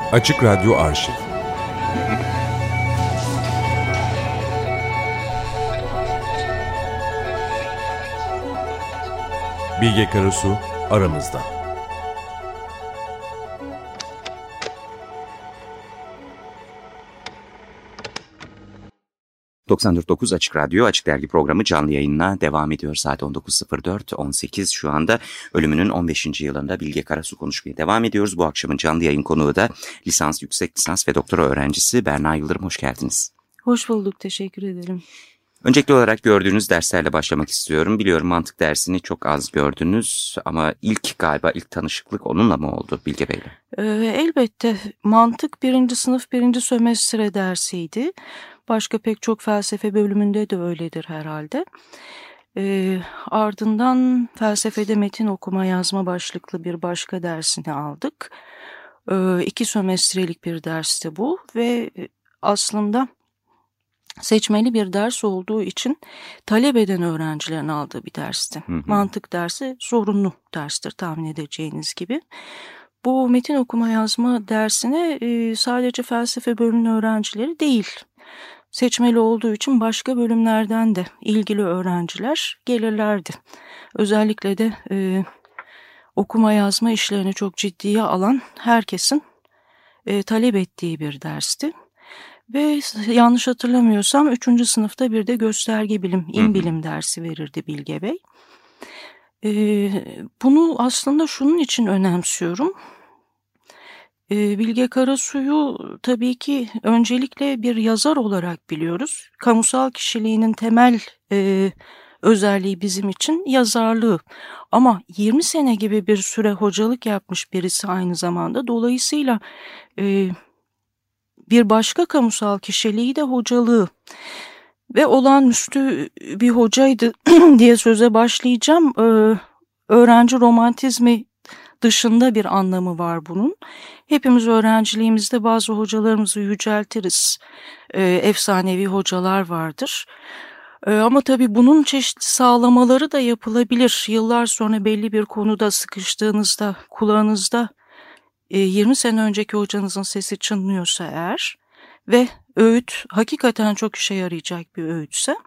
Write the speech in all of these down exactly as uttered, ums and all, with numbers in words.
Açık Radyo Arşiv. Bilge Karasu aramızda. doksan dört nokta dokuz Açık Radyo, Açık Dergi programı canlı yayınına devam ediyor. Saat on dokuz sıfır dört on sekiz şu anda. Ölümünün on beşinci yılında Bilge Karasu konuşmaya devam ediyoruz. Bu akşamın canlı yayın konuğu da lisans, yüksek lisans ve doktora öğrencisi Berna Yıldırım. Hoş geldiniz. Hoş bulduk, teşekkür ederim. Öncelikli olarak gördüğünüz derslerle başlamak istiyorum. Biliyorum mantık dersini çok az gördünüz ama ilk galiba ilk tanışıklık onunla mı oldu Bilge Bey'le? Ee, elbette mantık birinci sınıf birinci sömestre dersiydi. Başka pek çok felsefe bölümünde de öyledir herhalde. Ee, ardından felsefede metin okuma yazma başlıklı bir başka dersini aldık. Ee, iki sömestrelik bir dersti bu ve aslında seçmeli bir ders olduğu için talep eden öğrencilerin aldığı bir dersti. Hı hı. Mantık dersi zorunlu derstir tahmin edeceğiniz gibi. Bu metin okuma yazma dersine e, sadece felsefe bölümünün öğrencileri değil, seçmeli olduğu için başka bölümlerden de ilgili öğrenciler gelirlerdi. Özellikle de e, okuma yazma işlerini çok ciddiye alan herkesin e, talep ettiği bir dersti. Ve yanlış hatırlamıyorsam üçüncü sınıfta bir de gösterge bilim, imbilim dersi verirdi Bilge Bey. Ee, bunu aslında şunun için önemsiyorum. Ee, Bilge Karasu'yu tabii ki öncelikle bir yazar olarak biliyoruz. Kamusal kişiliğinin temel e, özelliği bizim için yazarlığı. Ama yirmi sene gibi bir süre hocalık yapmış birisi aynı zamanda. Dolayısıyla E, bir başka kamusal kişiliği de hocalığı ve olağanüstü bir hocaydı diye söze başlayacağım. Ee, öğrenci romantizmi dışında bir anlamı var bunun. Hepimiz öğrenciliğimizde bazı hocalarımızı yüceltiriz. Ee, efsanevi hocalar vardır. Ee, ama tabii bunun çeşitli sağlamaları da yapılabilir. Yıllar sonra belli bir konuda sıkıştığınızda, kulağınızda yirmi sene önceki hocanızın sesi çınlıyorsa eğer ve öğüt hakikaten çok işe yarayacak bir öğütse,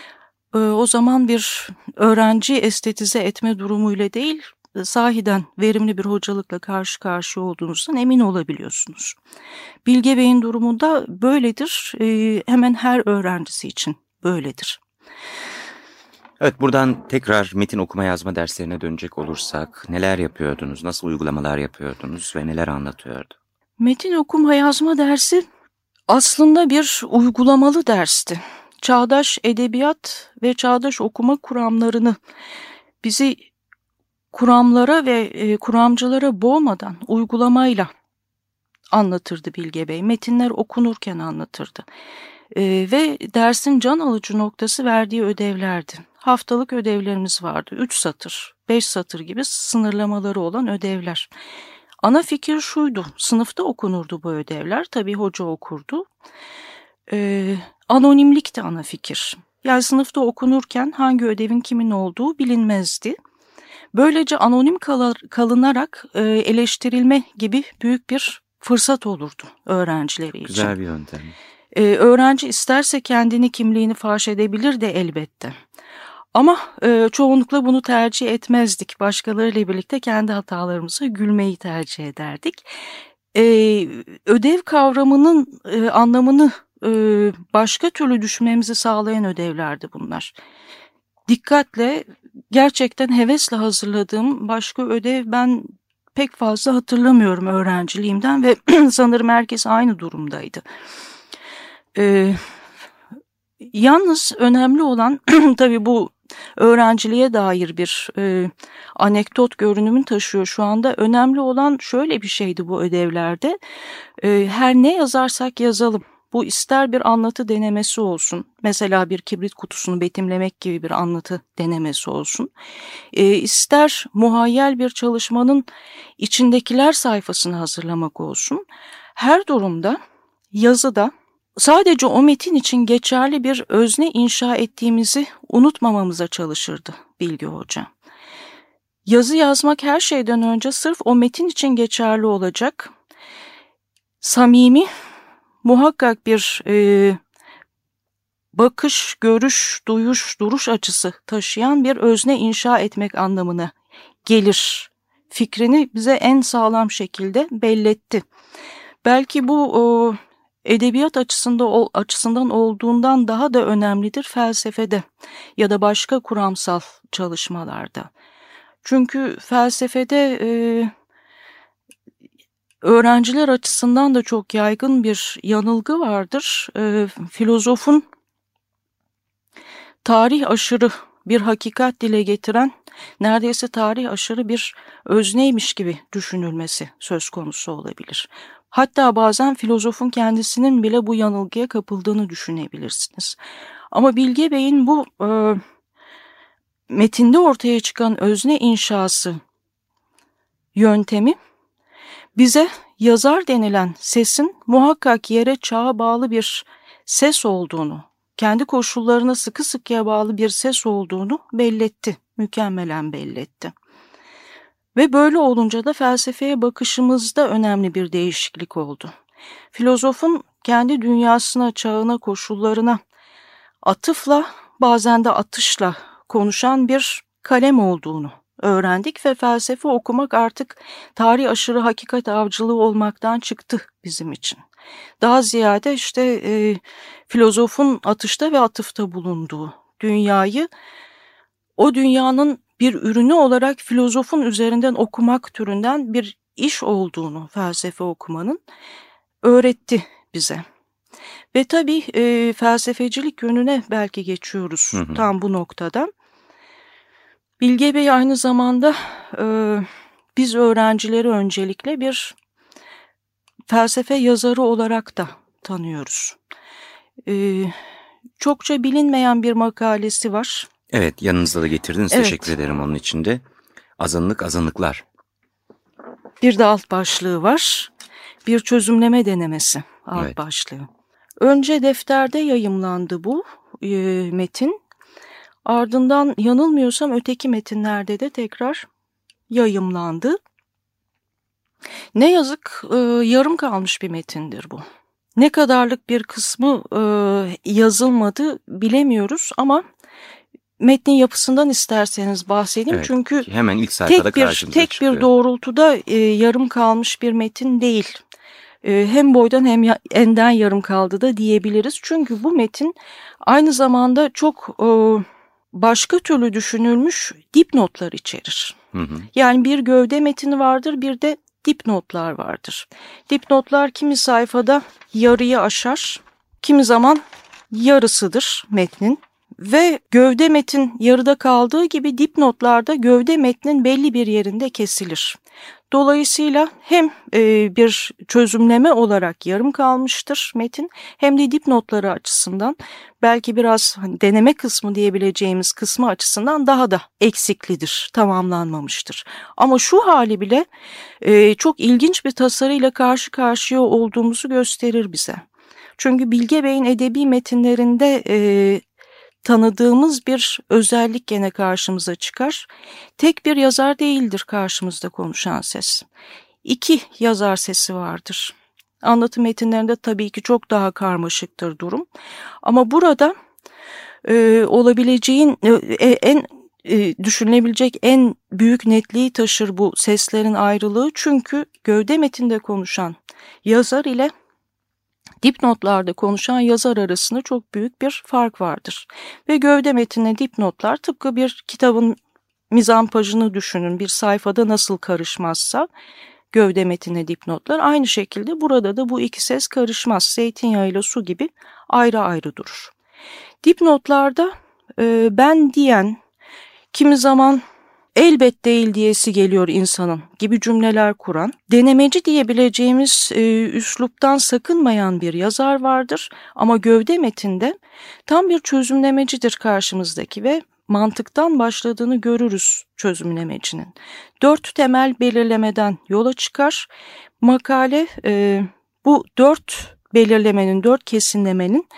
o zaman bir öğrenci estetize etme durumuyla değil, sahiden verimli bir hocalıkla karşı karşıya olduğunuzdan emin olabiliyorsunuz. Bilge Bey'in durumu da böyledir, hemen her öğrencisi için böyledir. Evet, buradan tekrar metin okuma yazma derslerine dönecek olursak neler yapıyordunuz, nasıl uygulamalar yapıyordunuz ve neler anlatıyordu? Metin okuma yazma dersi aslında bir uygulamalı dersti. Çağdaş edebiyat ve çağdaş okuma kuramlarını bizi kuramlara ve e, kuramcılara boğmadan uygulamayla anlatırdı Bilge Bey. Metinler okunurken anlatırdı. E, ve dersin can alıcı noktası verdiği ödevlerdi. Haftalık ödevlerimiz vardı. Üç satır, beş satır gibi sınırlamaları olan ödevler. Ana fikir şuydu. Sınıfta okunurdu bu ödevler. Tabii hoca okurdu. Ee, anonimlik de ana fikir. Yani sınıfta okunurken hangi ödevin kimin olduğu bilinmezdi. Böylece anonim kal- kalınarak e, eleştirilme gibi büyük bir fırsat olurdu öğrencileri için. Güzel bir yöntem. Ee, öğrenci isterse kendini, kimliğini faş edebilir de elbette. Ama e, çoğunlukla bunu tercih etmezdik. Başkalarıyla birlikte kendi hatalarımıza gülmeyi tercih ederdik. E, ödev kavramının e, anlamını e, başka türlü düşünmemizi sağlayan ödevlerdi bunlar. Dikkatle, gerçekten hevesle hazırladığım başka ödev ben pek fazla hatırlamıyorum öğrenciliğimden ve sanırım herkes aynı durumdaydı. E, yalnız önemli olan tabii bu öğrenciliğe dair bir e, anekdot görünümünü taşıyor şu anda. Önemli olan şöyle bir şeydi bu ödevlerde. E, her ne yazarsak yazalım. Bu ister bir anlatı denemesi olsun. Mesela bir kibrit kutusunu betimlemek gibi bir anlatı denemesi olsun. E, ister muhayyel bir çalışmanın içindekiler sayfasını hazırlamak olsun. Her durumda yazıda sadece o metin için geçerli bir özne inşa ettiğimizi unutmamamıza çalışırdı Bilge Hoca. Yazı yazmak her şeyden önce sırf o metin için geçerli olacak. samimi, muhakkak bir e, bakış, görüş, duyuş, duruş açısı taşıyan bir özne inşa etmek anlamına gelir fikrini bize en sağlam şekilde belletti. Belki bu o, edebiyat açısında, açısından olduğundan daha da önemlidir felsefede ya da başka kuramsal çalışmalarda. Çünkü felsefede e, öğrenciler açısından da çok yaygın bir yanılgı vardır. E, filozofun tarih aşırı bir hakikat dile getiren, neredeyse tarih aşırı bir özneymiş gibi düşünülmesi söz konusu olabilir. Hatta bazen filozofun kendisinin bile bu yanılgıya kapıldığını düşünebilirsiniz. Ama Bilge Bey'in bu e, metinde ortaya çıkan özne inşası yöntemi bize yazar denilen sesin muhakkak yere, çağa bağlı bir ses olduğunu, kendi koşullarına sıkı sıkıya bağlı bir ses olduğunu belletti, mükemmelen belletti. Ve böyle olunca da felsefeye bakışımızda önemli bir değişiklik oldu. Filozofun kendi dünyasına, çağına, koşullarına atıfla, bazen de atışla konuşan bir kalem olduğunu öğrendik ve felsefe okumak artık tarih aşırı hakikat avcılığı olmaktan çıktı bizim için. Daha ziyade işte e, filozofun atışta ve atıfta bulunduğu dünyayı, o dünyanın bir ürünü olarak filozofun üzerinden okumak türünden bir iş olduğunu felsefe okumanın öğretti bize. Ve tabii e, felsefecilik yönüne belki geçiyoruz hı hı. tam bu noktada. Bilge Bey aynı zamanda e, biz öğrencileri öncelikle bir felsefe yazarı olarak da tanıyoruz. E, çokça bilinmeyen bir makalesi var. Evet, yanınızda da getirdiniz. Evet. Teşekkür ederim onun için de. Azınlık, azınlıklar. Bir de alt başlığı var. Bir çözümleme denemesi alt evet. başlığı. Önce defterde yayımlandı bu e, metin. Ardından yanılmıyorsam öteki metinlerde de tekrar yayımlandı. Ne yazık e, yarım kalmış bir metindir bu. Ne kadarlık bir kısmı e, yazılmadı bilemiyoruz ama metnin yapısından isterseniz bahsedeyim. Evet, çünkü hemen ilk sayfada tek bir tek çıkıyor. bir doğrultuda e, yarım kalmış bir metin değil. E, hem boydan hem ya, enden yarım kaldı da diyebiliriz. Çünkü bu metin aynı zamanda çok e, başka türlü düşünülmüş dipnotlar içerir. Hı hı. Yani bir gövde metini vardır, bir de dipnotlar vardır. Dipnotlar kimi sayfada yarıyı aşar, kimi zaman yarısıdır metnin. Ve gövde metin yarıda kaldığı gibi dipnotlarda gövde metnin belli bir yerinde kesilir. Dolayısıyla hem e, bir çözümleme olarak yarım kalmıştır metin, hem de dipnotları açısından belki biraz hani deneme kısmı diyebileceğimiz kısmı açısından daha da eksiklidir, tamamlanmamıştır. Ama şu hali bile e, çok ilginç bir tasarıyla karşı karşıya olduğumuzu gösterir bize. Çünkü Bilge Bey'in edebi metinlerinde e, tanıdığımız bir özellik gene karşımıza çıkar. Tek bir yazar değildir karşımızda konuşan ses. İki yazar sesi vardır. Anlatım metinlerinde tabii ki çok daha karmaşıktır durum. Ama burada e, olabileceğin e, en e, düşünülebilecek en büyük netliği taşır bu seslerin ayrılığı. Çünkü gövde metinde konuşan yazar ile dipnotlarda konuşan yazar arasında çok büyük bir fark vardır. Ve gövde metinle dipnotlar tıpkı bir kitabın mizampajını düşünün. Bir sayfada nasıl karışmazsa gövde metinle dipnotlar aynı şekilde burada da bu iki ses karışmaz. Zeytinyağıyla su gibi ayrı ayrı durur. Dipnotlarda e, ben diyen, kimi zaman elbet değil diyesi geliyor insanın gibi cümleler kuran, denemeci diyebileceğimiz e, üsluptan sakınmayan bir yazar vardır. Ama gövde metinde tam bir çözümlemecidir karşımızdaki ve mantıktan başladığını görürüz çözümlemecinin. Dört temel belirlemeden yola çıkar. Makale e, bu dört belirlemenin, dört kesinlemenin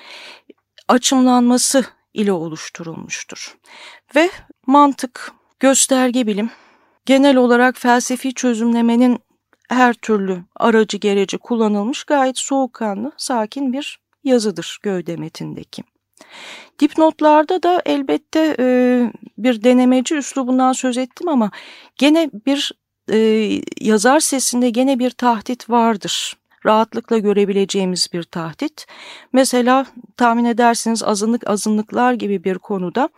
açımlanması ile oluşturulmuştur. Ve mantık, gösterge bilim, genel olarak felsefi çözümlemenin her türlü aracı gereci kullanılmış gayet soğukkanlı, sakin bir yazıdır Gövde metindeki. Dipnotlarda da elbette e, bir denemeci üslubundan söz ettim ama gene bir e, yazar sesinde gene bir tahdit vardır. Rahatlıkla görebileceğimiz bir tahdit. Mesela tahmin edersiniz azınlık azınlıklar gibi bir konuda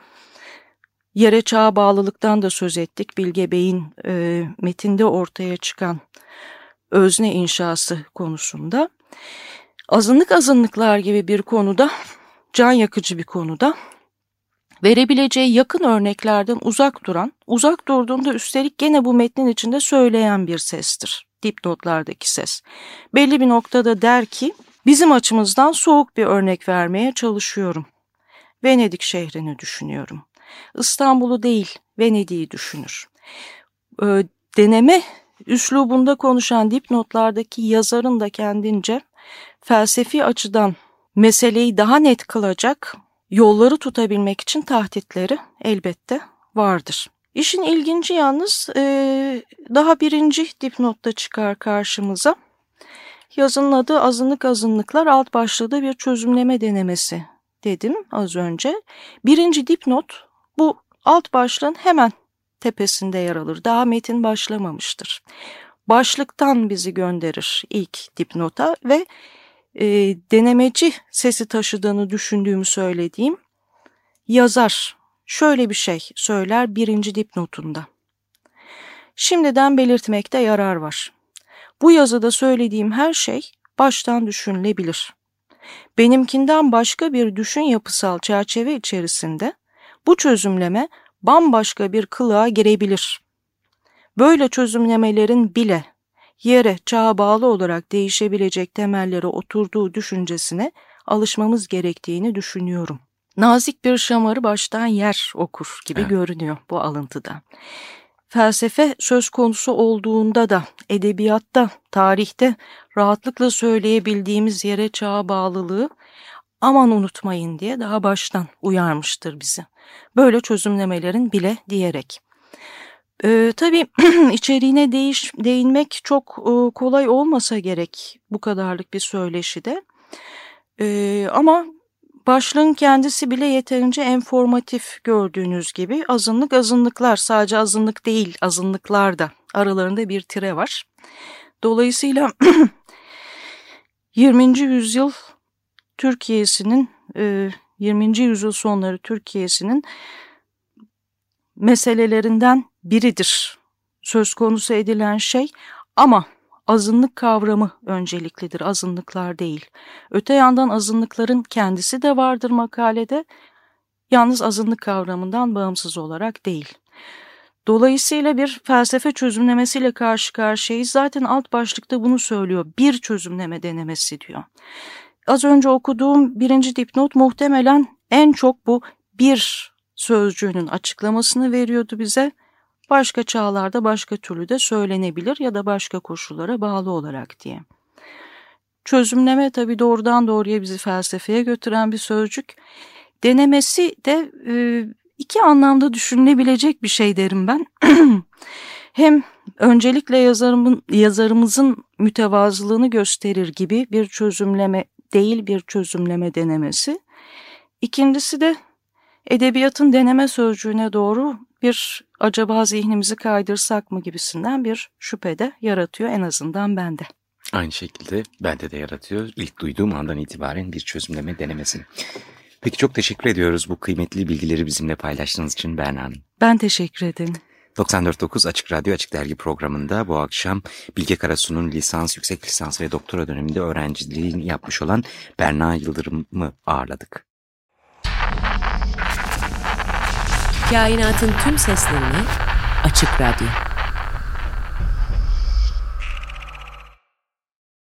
yere çağa bağlılıktan da söz ettik. Bilge Bey'in e, metinde ortaya çıkan özne inşası konusunda. Azınlık azınlıklar gibi bir konuda, can yakıcı bir konuda verebileceği yakın örneklerden uzak duran, uzak durduğunda üstelik gene bu metnin içinde söyleyen bir sestir. Dipnotlardaki ses. Belli bir noktada der ki, bizim açımızdan soğuk bir örnek vermeye çalışıyorum. Venedik şehrini düşünüyorum. İstanbul'u değil, Venedik'i düşünür. Ee, deneme üslubunda konuşan dipnotlardaki yazarın da kendince felsefi açıdan meseleyi daha net kılacak yolları tutabilmek için tahditleri elbette vardır. İşin ilginci yalnız e, daha birinci dipnotta çıkar karşımıza. Yazının adı Azınlık Azınlıklar, alt başlığı da bir çözümleme denemesi dedim az önce. Birinci dipnot bu alt başlığın hemen tepesinde yer alır. Daha metin başlamamıştır. Başlıktan bizi gönderir ilk dipnota ve e, denemeci sesi taşıdığını düşündüğümü söylediğim yazar şöyle bir şey söyler birinci dipnotunda. Şimdiden belirtmekte yarar var. Bu yazıda söylediğim her şey baştan düşünülebilir. Benimkinden başka bir düşün yapısal çerçeve içerisinde bu çözümleme bambaşka bir kılığa girebilir. Böyle çözümlemelerin bile yere, çağa bağlı olarak değişebilecek temellere oturduğu düşüncesine alışmamız gerektiğini düşünüyorum. Nazik bir şamarı baştan yer okur gibi evet. Görünüyor bu alıntıda. Felsefe söz konusu olduğunda da edebiyatta, tarihte rahatlıkla söyleyebildiğimiz yere, çağa bağlılığı aman unutmayın diye daha baştan uyarmıştır bizi. Böyle çözümlemelerin bile diyerek. Ee, tabii içeriğine değiş, değinmek çok e, kolay olmasa gerek bu kadarlık bir söyleşide. Ee, ama başlığın kendisi bile yeterince enformatif gördüğünüz gibi azınlık azınlıklar, sadece azınlık değil azınlıklar da aralarında bir tire var. Dolayısıyla yirminci yüzyıl Türkiye'sinin, yirminci yüzyıl sonları Türkiye'sinin meselelerinden biridir söz konusu edilen şey ama azınlık kavramı önceliklidir, azınlıklar değil. Öte yandan azınlıkların kendisi de vardır makalede, yalnız azınlık kavramından bağımsız olarak değil. Dolayısıyla bir felsefe çözümlemesiyle karşı karşıyayız. Zaten alt başlıkta bunu söylüyor, bir çözümleme denemesi diyor. Az önce okuduğum birinci dipnot muhtemelen en çok bu bir sözcüğünün açıklamasını veriyordu bize. Başka çağlarda başka türlü de söylenebilir ya da başka koşullara bağlı olarak diye. Çözümleme tabii doğrudan doğruya bizi felsefeye götüren bir sözcük. Denemesi de e, iki anlamda düşünülebilecek bir şey derim ben. Hem öncelikle yazarımın, yazarımızın mütevazılığını gösterir gibi bir çözümleme değil bir çözümleme denemesi. İkincisi de edebiyatın deneme sözcüğüne doğru bir acaba zihnimizi kaydırsak mı gibisinden bir şüphe de yaratıyor en azından bende. Aynı şekilde bende de yaratıyor. İlk duyduğum andan itibaren bir çözümleme denemesi. Peki çok teşekkür ediyoruz bu kıymetli bilgileri bizimle paylaştığınız için Berna Hanım. Ben teşekkür ederim. doksan dört nokta dokuz Açık Radyo Açık Dergi programında bu akşam Bilge Karasu'nun lisans, yüksek lisans ve doktora döneminde öğrenciliğini yapmış olan Berna Yıldırım'ı ağırladık. Kainatın tüm seslerini Açık Radyo.